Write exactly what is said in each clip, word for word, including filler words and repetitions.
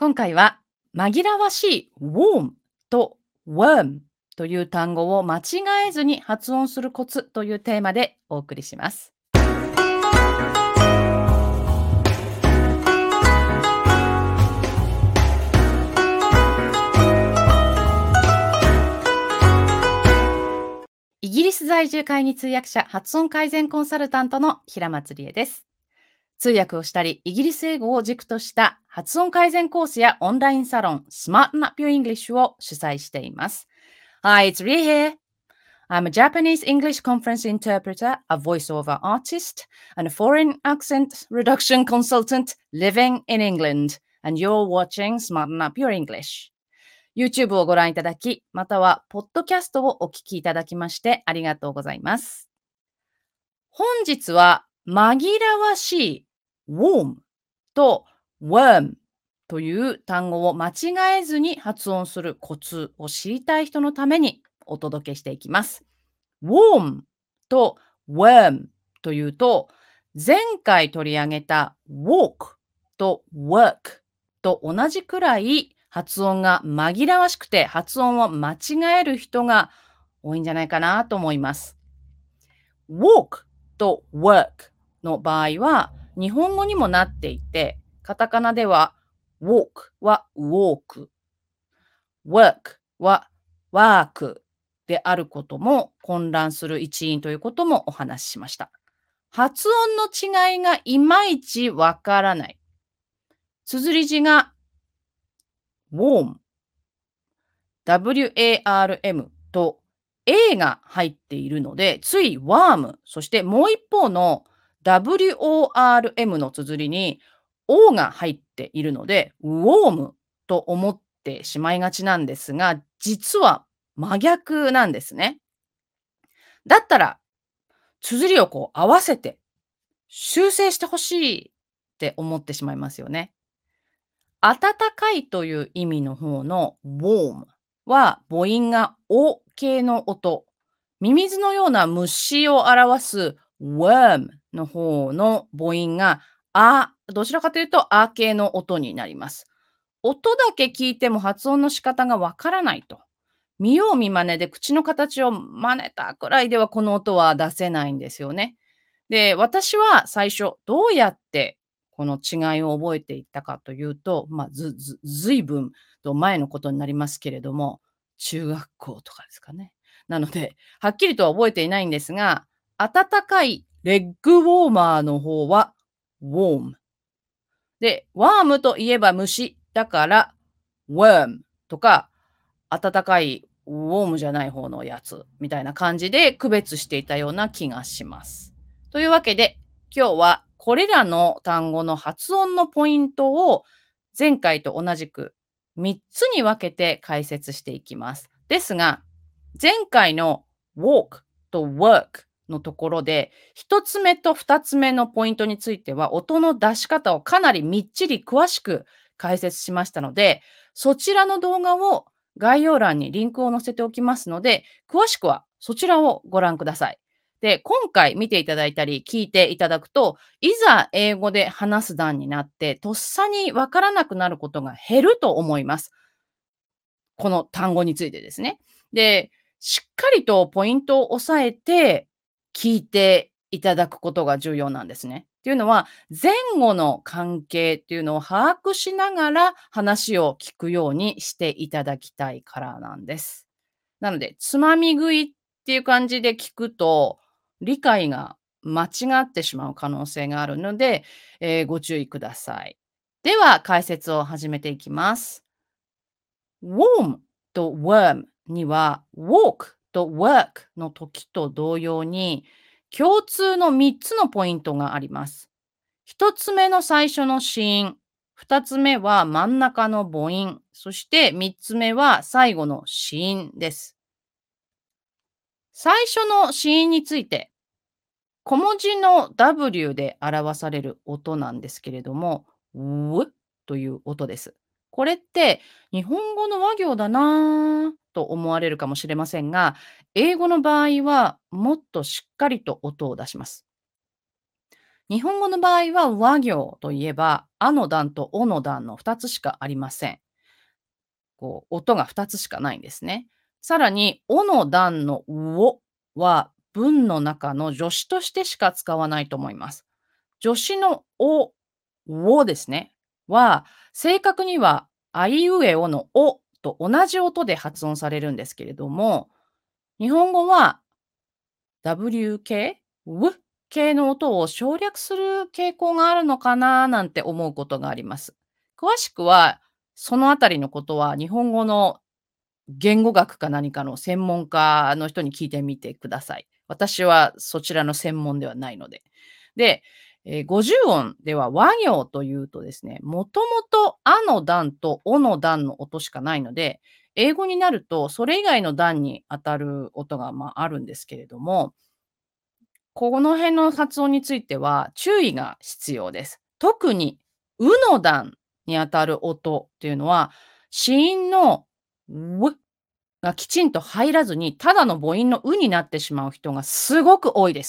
今回は紛らわしい warm と worm という単語を間違えずに発音するコツというテーマでお送りします。イギリス在住会議通訳者発音改善コンサルタントの平松理恵です。通訳をしたり、イギリス英語を軸とした発音改善コースやオンラインサロン Smarten Up Your English を主催しています。Hi, it's Rie here. I'm a Japanese English conference interpreter, a voiceover artist, and a foreign accent reduction consultant living in England. And you're watching Smarten Up Your English. YouTube をご覧いただき、またはポッドキャストをお聞きいただきましてありがとうございます。本日は紛らわしい warm と worm という単語を間違えずに発音するコツを知りたい人のためにお届けしていきます。warm と worm というと、前回取り上げた walk と work と同じくらい発音が紛らわしくて発音を間違える人が多いんじゃないかなと思います。walk と work の場合は日本語にもなっていて、カタカナでは walk は walk、work は work であることも混乱する一因ということもお話ししました。発音の違いがいまいちわからない。綴り字が warm、warm と A が入っているので、つい warm、そしてもう一方の worm の綴りに O が入っているので、warm と思ってしまいがちなんですが、実は真逆なんですね。だったら、綴りをこう合わせて修正してほしいって思ってしまいますよね。暖かいという意味の方の warm は母音が O 系の音。ミミズのような虫を表す worm の方の母音があ、どちらかというとあ系の音になります。音だけ聞いても発音の仕方がわからないと。見よう見真似で口の形を真似たくらいではこの音は出せないんですよね。で、私は最初どうやってこの違いを覚えていったかというと、まあ、ずずずいぶんと前のことになりますけれども、中学校とかですかね。なので、はっきりとは覚えていないんですが、温かいレッグウォーマーの方は warm。で、ワームといえば虫だから worm とか、温かいウォームじゃない方のやつみたいな感じで区別していたような気がします。というわけで、今日はこれらの単語の発音のポイントを前回と同じくみっつに分けて解説していきます。ですが、前回の walk と work のところで、ひとつめとふたつめのポイントについては、音の出し方をかなりみっちり詳しく解説しましたので、そちらの動画を概要欄にリンクを載せておきますので、詳しくはそちらをご覧ください。で、今回見ていただいたり聞いていただくと、いざ英語で話す段になって、とっさにわからなくなることが減ると思います。この単語についてですね。で、しっかりとポイントを押さえて聞いていただくことが重要なんですね。っていうのは、前後の関係っていうのを把握しながら話を聞くようにしていただきたいからなんです。なので、つまみ食いっていう感じで聞くと、理解が間違ってしまう可能性があるので、えーご注意ください。では、解説を始めていきます。warm と worm には walk と work の時と同様に共通のみっつのポイントがあります。ひとつめの最初の子音、ふたつめは真ん中の母音、そしてみっつめは最後の子音です。最初の子音について、小文字の W で表される音なんですけれども、うという音です。これって日本語の和行だなぁと思われるかもしれませんが、英語の場合はもっとしっかりと音を出します。 日本語の場合は和行といえば、あの段とおの段のふたつしかありません。こう、音がふたつしかないんですね。さらに、おの段のをは、文の中の助詞としてしか使わないと思います。助詞のお、をですね、は、正確には、あいうえおのおと同じ音で発音されるんですけれども、日本語は ダブリュー 系、w 系の音を省略する傾向があるのかななんて思うことがあります。詳しくは、そのあたりのことは日本語の言語学か何かの専門家の人に聞いてみてください。私はそちらの専門ではないので。で、えー、ごじゅう音では和行というとですね、もともとあの段とおの段の音しかないので、英語になるとそれ以外の段に当たる音が、まあ、あるんですけれども、この辺の発音については注意が必要です。特に、うの段にあたる音っていうのは、子音のうがきちんと入らずに、ただの母音のうになってしまう人がすごく多いです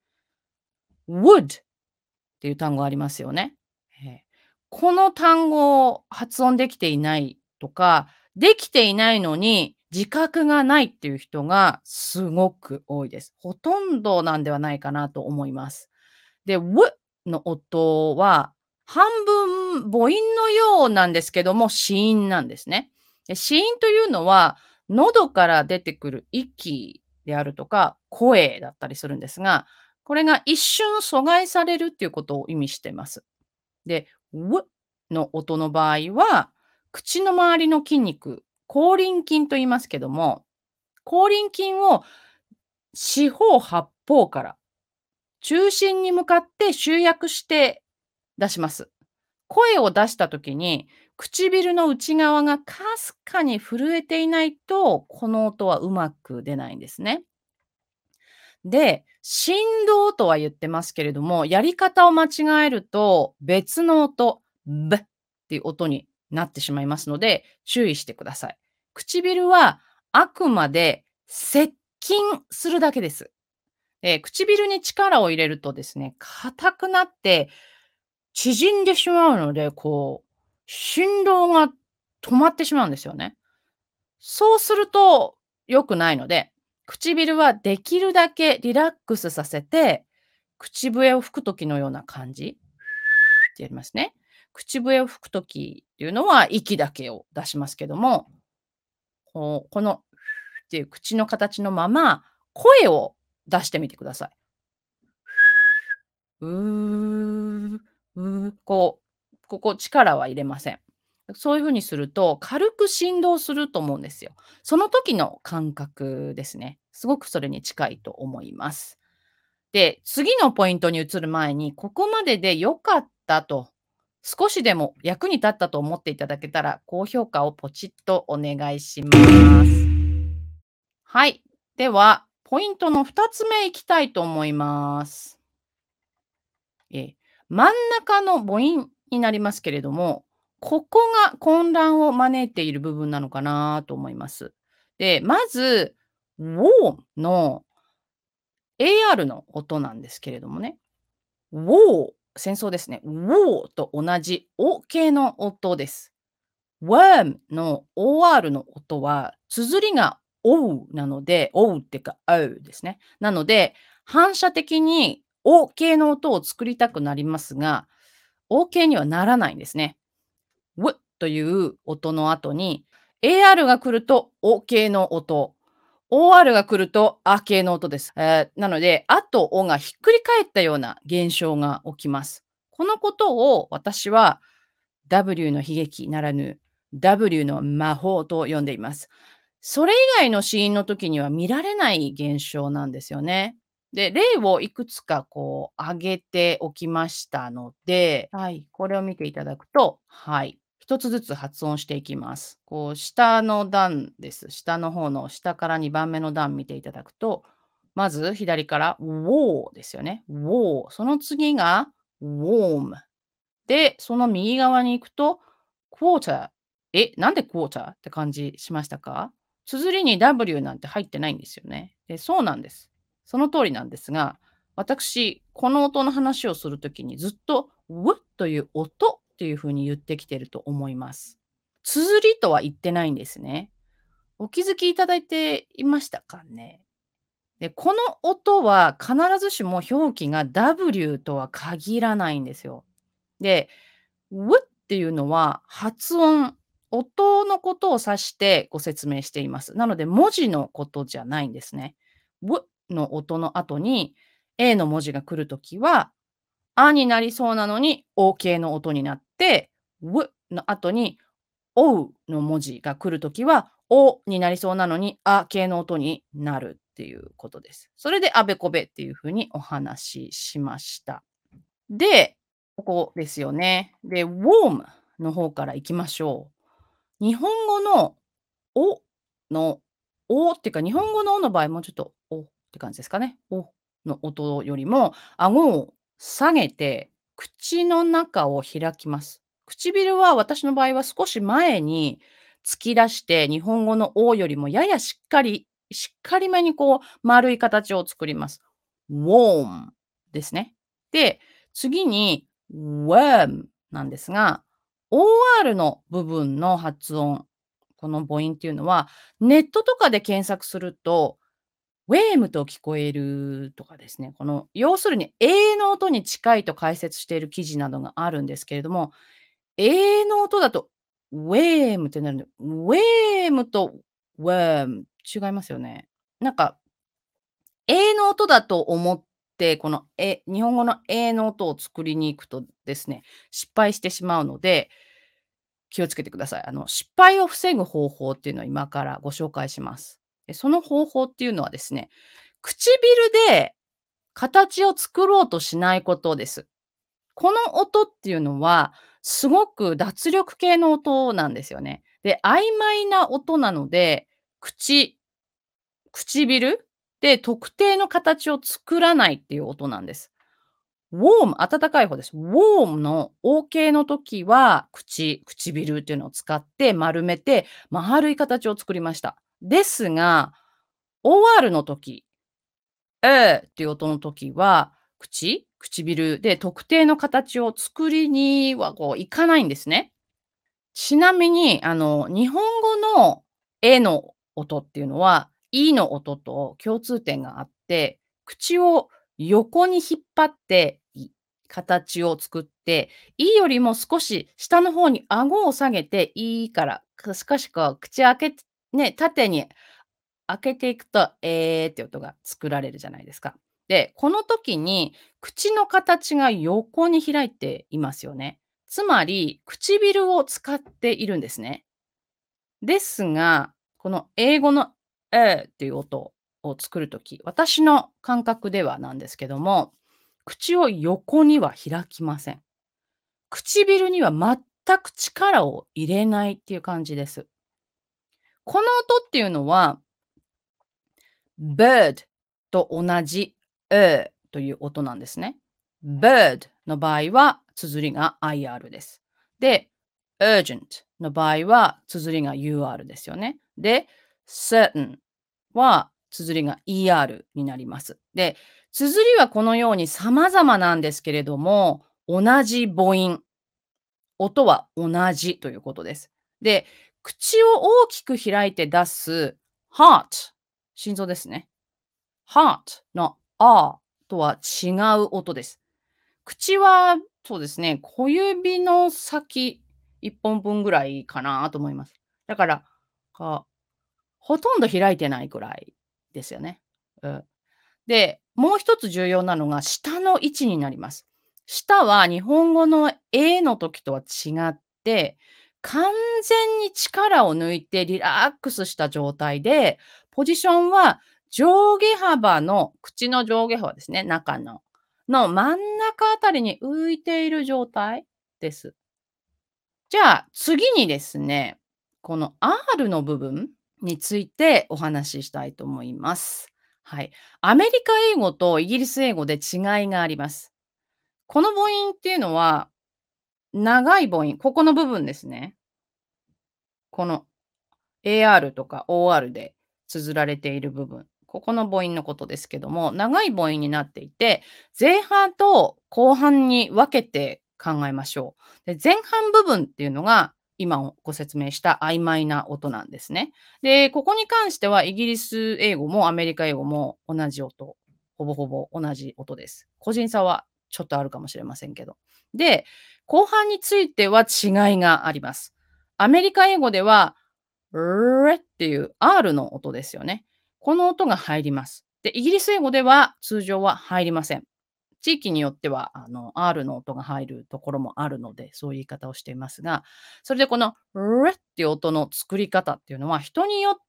。would っていう単語ありますよね。ええ。この単語を発音できていないとか、できていないのに自覚がないっていう人がすごく多いです。ほとんどなんではないかなと思います。で、w の音は半分母音のようなんですけども、子音なんですね。で、子音というのは、喉から出てくる息であるとか、声だったりするんですが、これが一瞬阻害されるっていうことを意味してます。で、w の音の場合は、口の周りの筋肉、口輪筋と言いますけども、口輪筋を四方八方から中心に向かって集約して出します。声を出した時に、唇の内側がかすかに震えていないと、この音はうまく出ないんですね。で、振動とは言ってますけれども、やり方を間違えると、別の音、ブっていう音になってしまいますので、注意してください。唇はあくまで接近するだけです。えー唇に力を入れるとですね、硬くなって縮んでしまうので、こう、振動が止まってしまうんですよね。そうすると良くないので、唇はできるだけリラックスさせて、口笛を吹く時のような感じってやりますね。口笛を吹く時っていうのは息だけを出しますけども、こう、このっていう口の形のまま、声を出してみてください。うー、うー、こう、ここ力は入れません。そういう風にすると、軽く振動すると思うんですよ。その時の感覚ですね。すごくそれに近いと思います。で、次のポイントに移る前に、ここまでで良かったと、少しでも役に立ったと思っていただけたら、高評価をポチッとお願いします。はい。では、ポイントのふたつめいきたいと思います。ええ、真ん中の母音になりますけれども、ここが混乱を招いている部分なのかなと思います。で、まず、ウォーの エーアール の音なんですけれどもね、ウォー、戦争ですね。ウォーと同じお系の音です。worm の オーアール の音は、綴りがおうなので、おうってか、おうですね。なので、反射的にお系の音を作りたくなりますが、お系にはならないんですね。w という音の後に、エーアール が来るとお系の音、オーアール が来るとあ系の音です。えーなので、あとおがひっくり返ったような現象が起きます。このことを私は W の悲劇ならぬ W の魔法と呼んでいます。それ以外のシーンの時には見られない現象なんですよね。で、例をいくつかこう挙げておきましたので、はい、これを見ていただくと、はい、一つずつ発音していきます。こう下の段です。下の方の下からにばんめの段見ていただくと、まず左から war ですよね。war。その次が warm。で、その右側に行くと、クォーター。え、なんでクォーターって感じしましたか？綴りに ダブリュー なんて入ってないんですよね。で、そうなんです。その通りなんですが、 私、この音の話をする時にずっと「う」という音っていう風に言ってきてると思います。綴りとは言ってないんですね。お気づきいただいていましたかね？で、この音は必ずしも表記が W とは限らないんですよ。で、うっていうのは発音、音のことを指してご説明しています。なので文字のことじゃないんですね。うの音の後に A の文字が来るときは、あになりそうなのに オー 系の音になって、うの後におうの文字が来るときは、おになりそうなのに、あ系の音になるっていうことです。それであべこべっていう風にお話ししました。で、ここですよね。で、warm の方から行きましょう。日本語のおの、おっていうか、日本語のおの場合もうちょっと、おって感じですかね。おの音よりも、顎を下げて、口の中を開きます。唇は私の場合は少し前に突き出して、日本語のおよりもややしっかりしっかりめにこう丸い形を作ります。warm ですね。で、次に worm なんですが、オーアール の部分の発音、この母音っていうのは、ネットとかで検索すると、ウェームと聞こえるとかですね、この要するに永の音に近いと解説している記事などがあるんですけれども、永の音だとウェームってなるんで、ウェームとウェーム違いますよね。なんか、永の音だと思って、このえ日本語の永の音を作りに行くとですね、失敗してしまうので、気をつけてください。あの、失敗を防ぐ方法っていうのを今からご紹介します。で、その方法っていうのはですね、唇で形を作ろうとしないことです。この音っていうのは、すごく脱力系の音なんですよね。で、曖昧な音なので、口唇で特定の形を作らないっていう音なんです。ウォーム、温かい方です。ウォームの オー 系の時は、口唇っていうのを使って丸めて、丸い形を作りました。ですが、オーアール の時、えっていう音の時は、口唇で特定の形を作りにはこういかないんですね。ちなみに、あの、日本語のえの音っていうのは、いの音と共通点があって、口を横に引っ張って、い形を作って、いよりも少し下の方に顎を下げて、いから、かしかしこう口開けね、縦に開けていくと、えーって音が作られるじゃないですか。で、この時に口の形が横に開いていますよね。つまり、唇を使っているんですね。ですが、この英語のえーっていう音を作るとき、私の感覚ではなんですけども、口を横には開きません。唇には全く力を入れないっていう感じです。この音っていうのは bird と同じ er という音なんですね。bird の場合は綴りが アイアール です。で、urgent の場合は綴りが ユーアール ですよね。で、certain は綴りが イーアール になります。で、綴りはこのように様々なんですけれども、同じ母音、音は同じということです。で、口を大きく開いて出す heart、心臓ですね。heart の R とは違う音です。口は、そうですね、小指の先いっぽんぶんぐらいかなと思います。だから、かほとんど開いてないくらいですよね。うん。で、もう一つ重要なのが舌の位置になります。舌は日本語のえの時とは違って、完全に力を抜いてリラックスした状態で、ポジションは上下幅の口の上下幅ですね、中のの真ん中あたりに浮いている状態です。じゃあ、次にですね、この R の部分についてお話ししたいと思います。はい。アメリカ英語とイギリス英語で違いがあります。この母音っていうのは、長い母音、ここの部分ですね。この エーアール とか オーアール で綴られている部分。 ここの母音のことですけども、長い母音になっていて、前半と後半に分けて考えましょう。で、前半部分っていうのが、今ご説明した曖昧な音なんですね。で、ここに関してはイギリス英語もアメリカ英語も同じ音、ほぼほぼ同じ音です。個人差はちょっとあるかもしれませんけど。で、後半については違いがあります。アメリカ英語では、レっていう R の音ですよね。この音が入ります。で、イギリス英語では通常は入りません。地域によっては、あの、R の音が入るところもあるので、そういう言い方をしていますが、それでこのレっていう音の作り方っていうのは、人によって、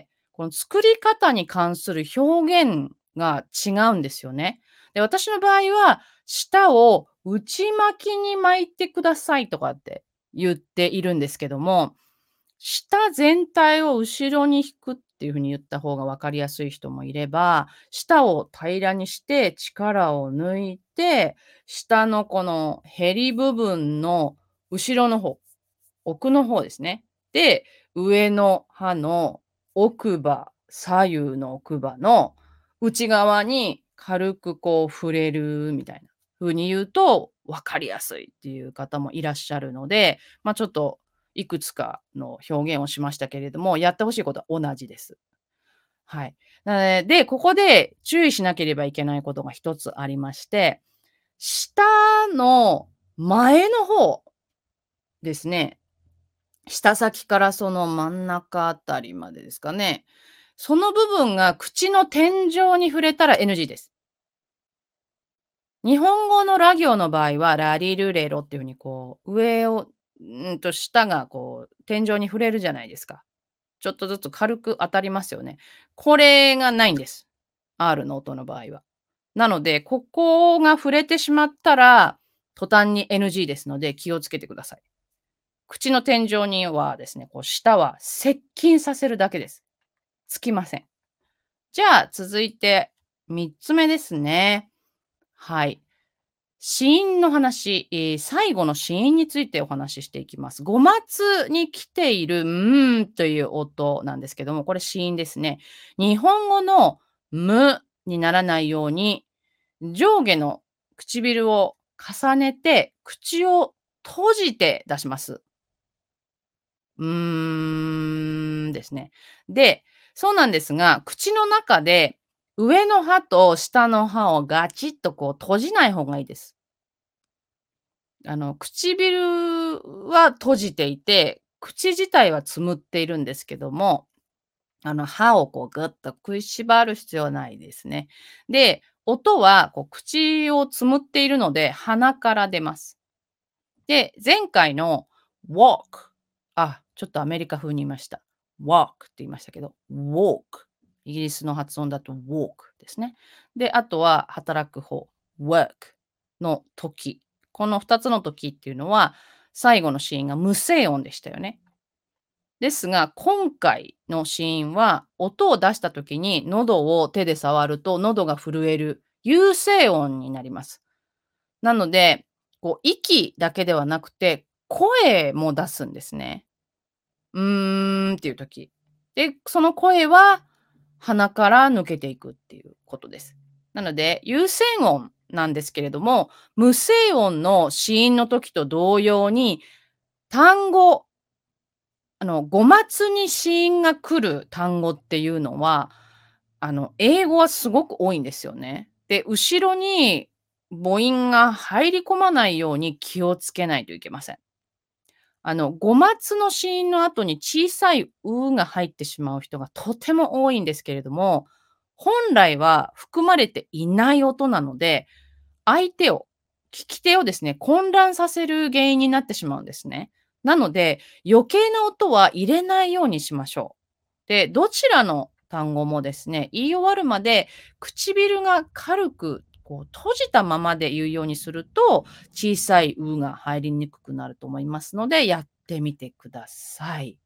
この作り方に関する表現が違うんですよね。で、私の場合は、舌を内巻きに巻いてくださいとかって言っているんですけども、舌全体を後ろに引くっていう風に言った方が分かりやすい人もいれば、舌を平らにして力を抜いて、下のこのへり部分の後ろの方、奥の方ですね。で、上の歯の奥歯、左右の奥歯の内側に軽くこう触れるみたいな風に言うと分かりやすいっていう方もいらっしゃるので、ま、ちょっといくつかの表現をしましたけれども、やって欲しいことは同じです。はい。なので、で、ここで注意しなければいけないことが一つありまして、舌の前の方ですね。舌先からその真ん中あたりまでですかね。その部分が口の天井に触れたら エヌジー です。日本語のら行の場合は、ラリルレロっていう風にこう、上を、うんと舌がこう天井に触れるじゃないですか。ちょっとずつ軽く当たりますよね。これがないんです。R の音の場合は。なので、ここが触れてしまったら、途端に エヌジー ですので気をつけてください。口の天井にはですね、こう舌は接近させるだけです。つきません。じゃあ続いてみっつめですね。はい。子音の話、えー最後の子音についてお話ししていきます。語末に来ている、うーんという音なんですけども、これ子音ですね。日本語のむにならないように、上下の唇を重ねて、口を閉じて出します。うーんですね。で、そうなんですが、口の中で上の歯と下の歯をガチッとこう閉じない方がいいです。あの、唇は閉じていて、口自体はつむっているんですけども、あの、歯をこうぐっと食いしばる必要はないですね。で、音はこう口をつむっているので、鼻から出ます。で、前回の walk、あ、ちょっとアメリカ風に言いました。walk って言いましたけど、walk。イギリスの発音だと walk ですね。で、あとは働く方、work の時。このふたつの時っていうのは、最後の子音が無声音でしたよね。ですが、今回の子音は、音を出した時に喉を手で触ると喉が震える有声音になります。なので、こう息だけではなくて、声も出すんですね。うーんっていう時。で、その声は鼻から抜けていくっていうことです。なので、有声音なんですけれども、無声音の子音の時と同様に、単語、あの、語末に子音が来る単語っていうのは、あの、英語はすごく多いんですよね。で、後ろに母音が入り込まないように気をつけないといけません。あの、語末の子音の後に小さいうが入ってしまう人がとても多いんですけれども、本来は含まれていない音なので、相手を、聞き手をですね、混乱させる原因になってしまうんですね。なので、余計な音は入れないようにしましょう。で、どちらの単語もですね、言い終わるまで唇が軽くこう閉じたままで言うようにすると、小さいうが入りにくくなると思いますので、やってみてください。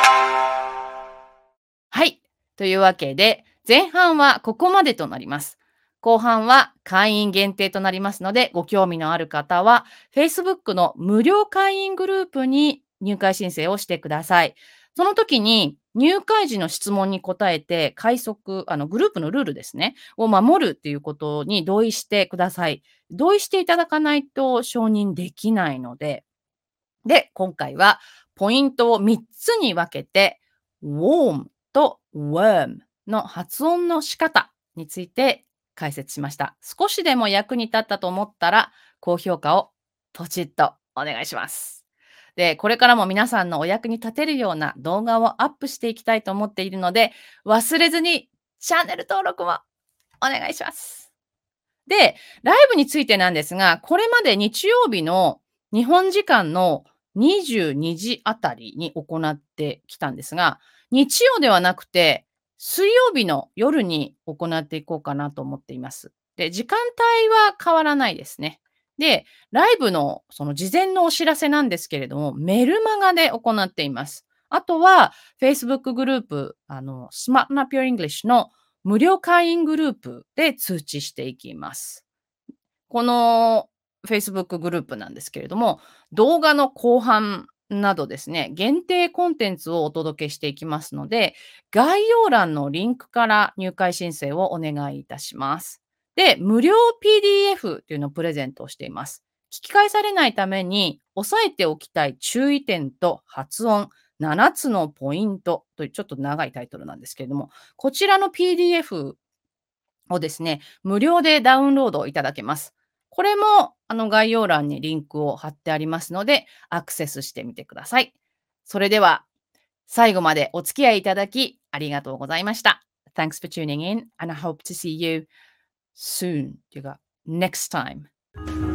はい。というわけで、前半はここまでとなります。後半は会員限定となりますので、ご興味のある方は、Facebook の無料会員グループに入会申請をしてください。 その時に、入会時の質問に答えて、快速あの、グループのルールですね、を守るっていうことに同意してください。同意していただかないと承認できないので、で、今回はポイントをみっつに分けて、warm と worm の発音の仕方について解説しました。少しでも役に立ったと思ったら、高評価をポチッとお願いします。で、これからも皆さんのお役に立てるような動画をアップしていきたいと思っているので、忘れずにチャンネル登録もお願いします。で、ライブについてなんですが、これまで日曜日の日本時間のにじゅうにじあたりに行ってきたんですが、日曜ではなくて、水曜日の夜に行っていこうかなと思っています。で、時間帯は変わらないですね。で、ライブのその事前のお知らせなんですけれども、メルマガで行っています。あとは、Facebook グループ、あの、Smart Up Your English の無料会員グループで通知していきます。この Facebook グループなんですけれども、動画の後半などですね、限定コンテンツをお届けしていきますので、概要欄のリンクから入会申請をお願いいたします。で、無料 ピーディーエフ というのをプレゼントをしています。聞き返されないために、押さえておきたい注意点と発音、ななつのポイントというちょっと長いタイトルなんですけれども、こちらの ピーディーエフ をですね、無料でダウンロードいただけます。これも、あの、概要欄にリンクを貼ってありますので、アクセスしてみてください。それでは、最後までお付き合いいただき、ありがとうございました。Thanks for tuning in, and I hope to see you soon. というか、next time.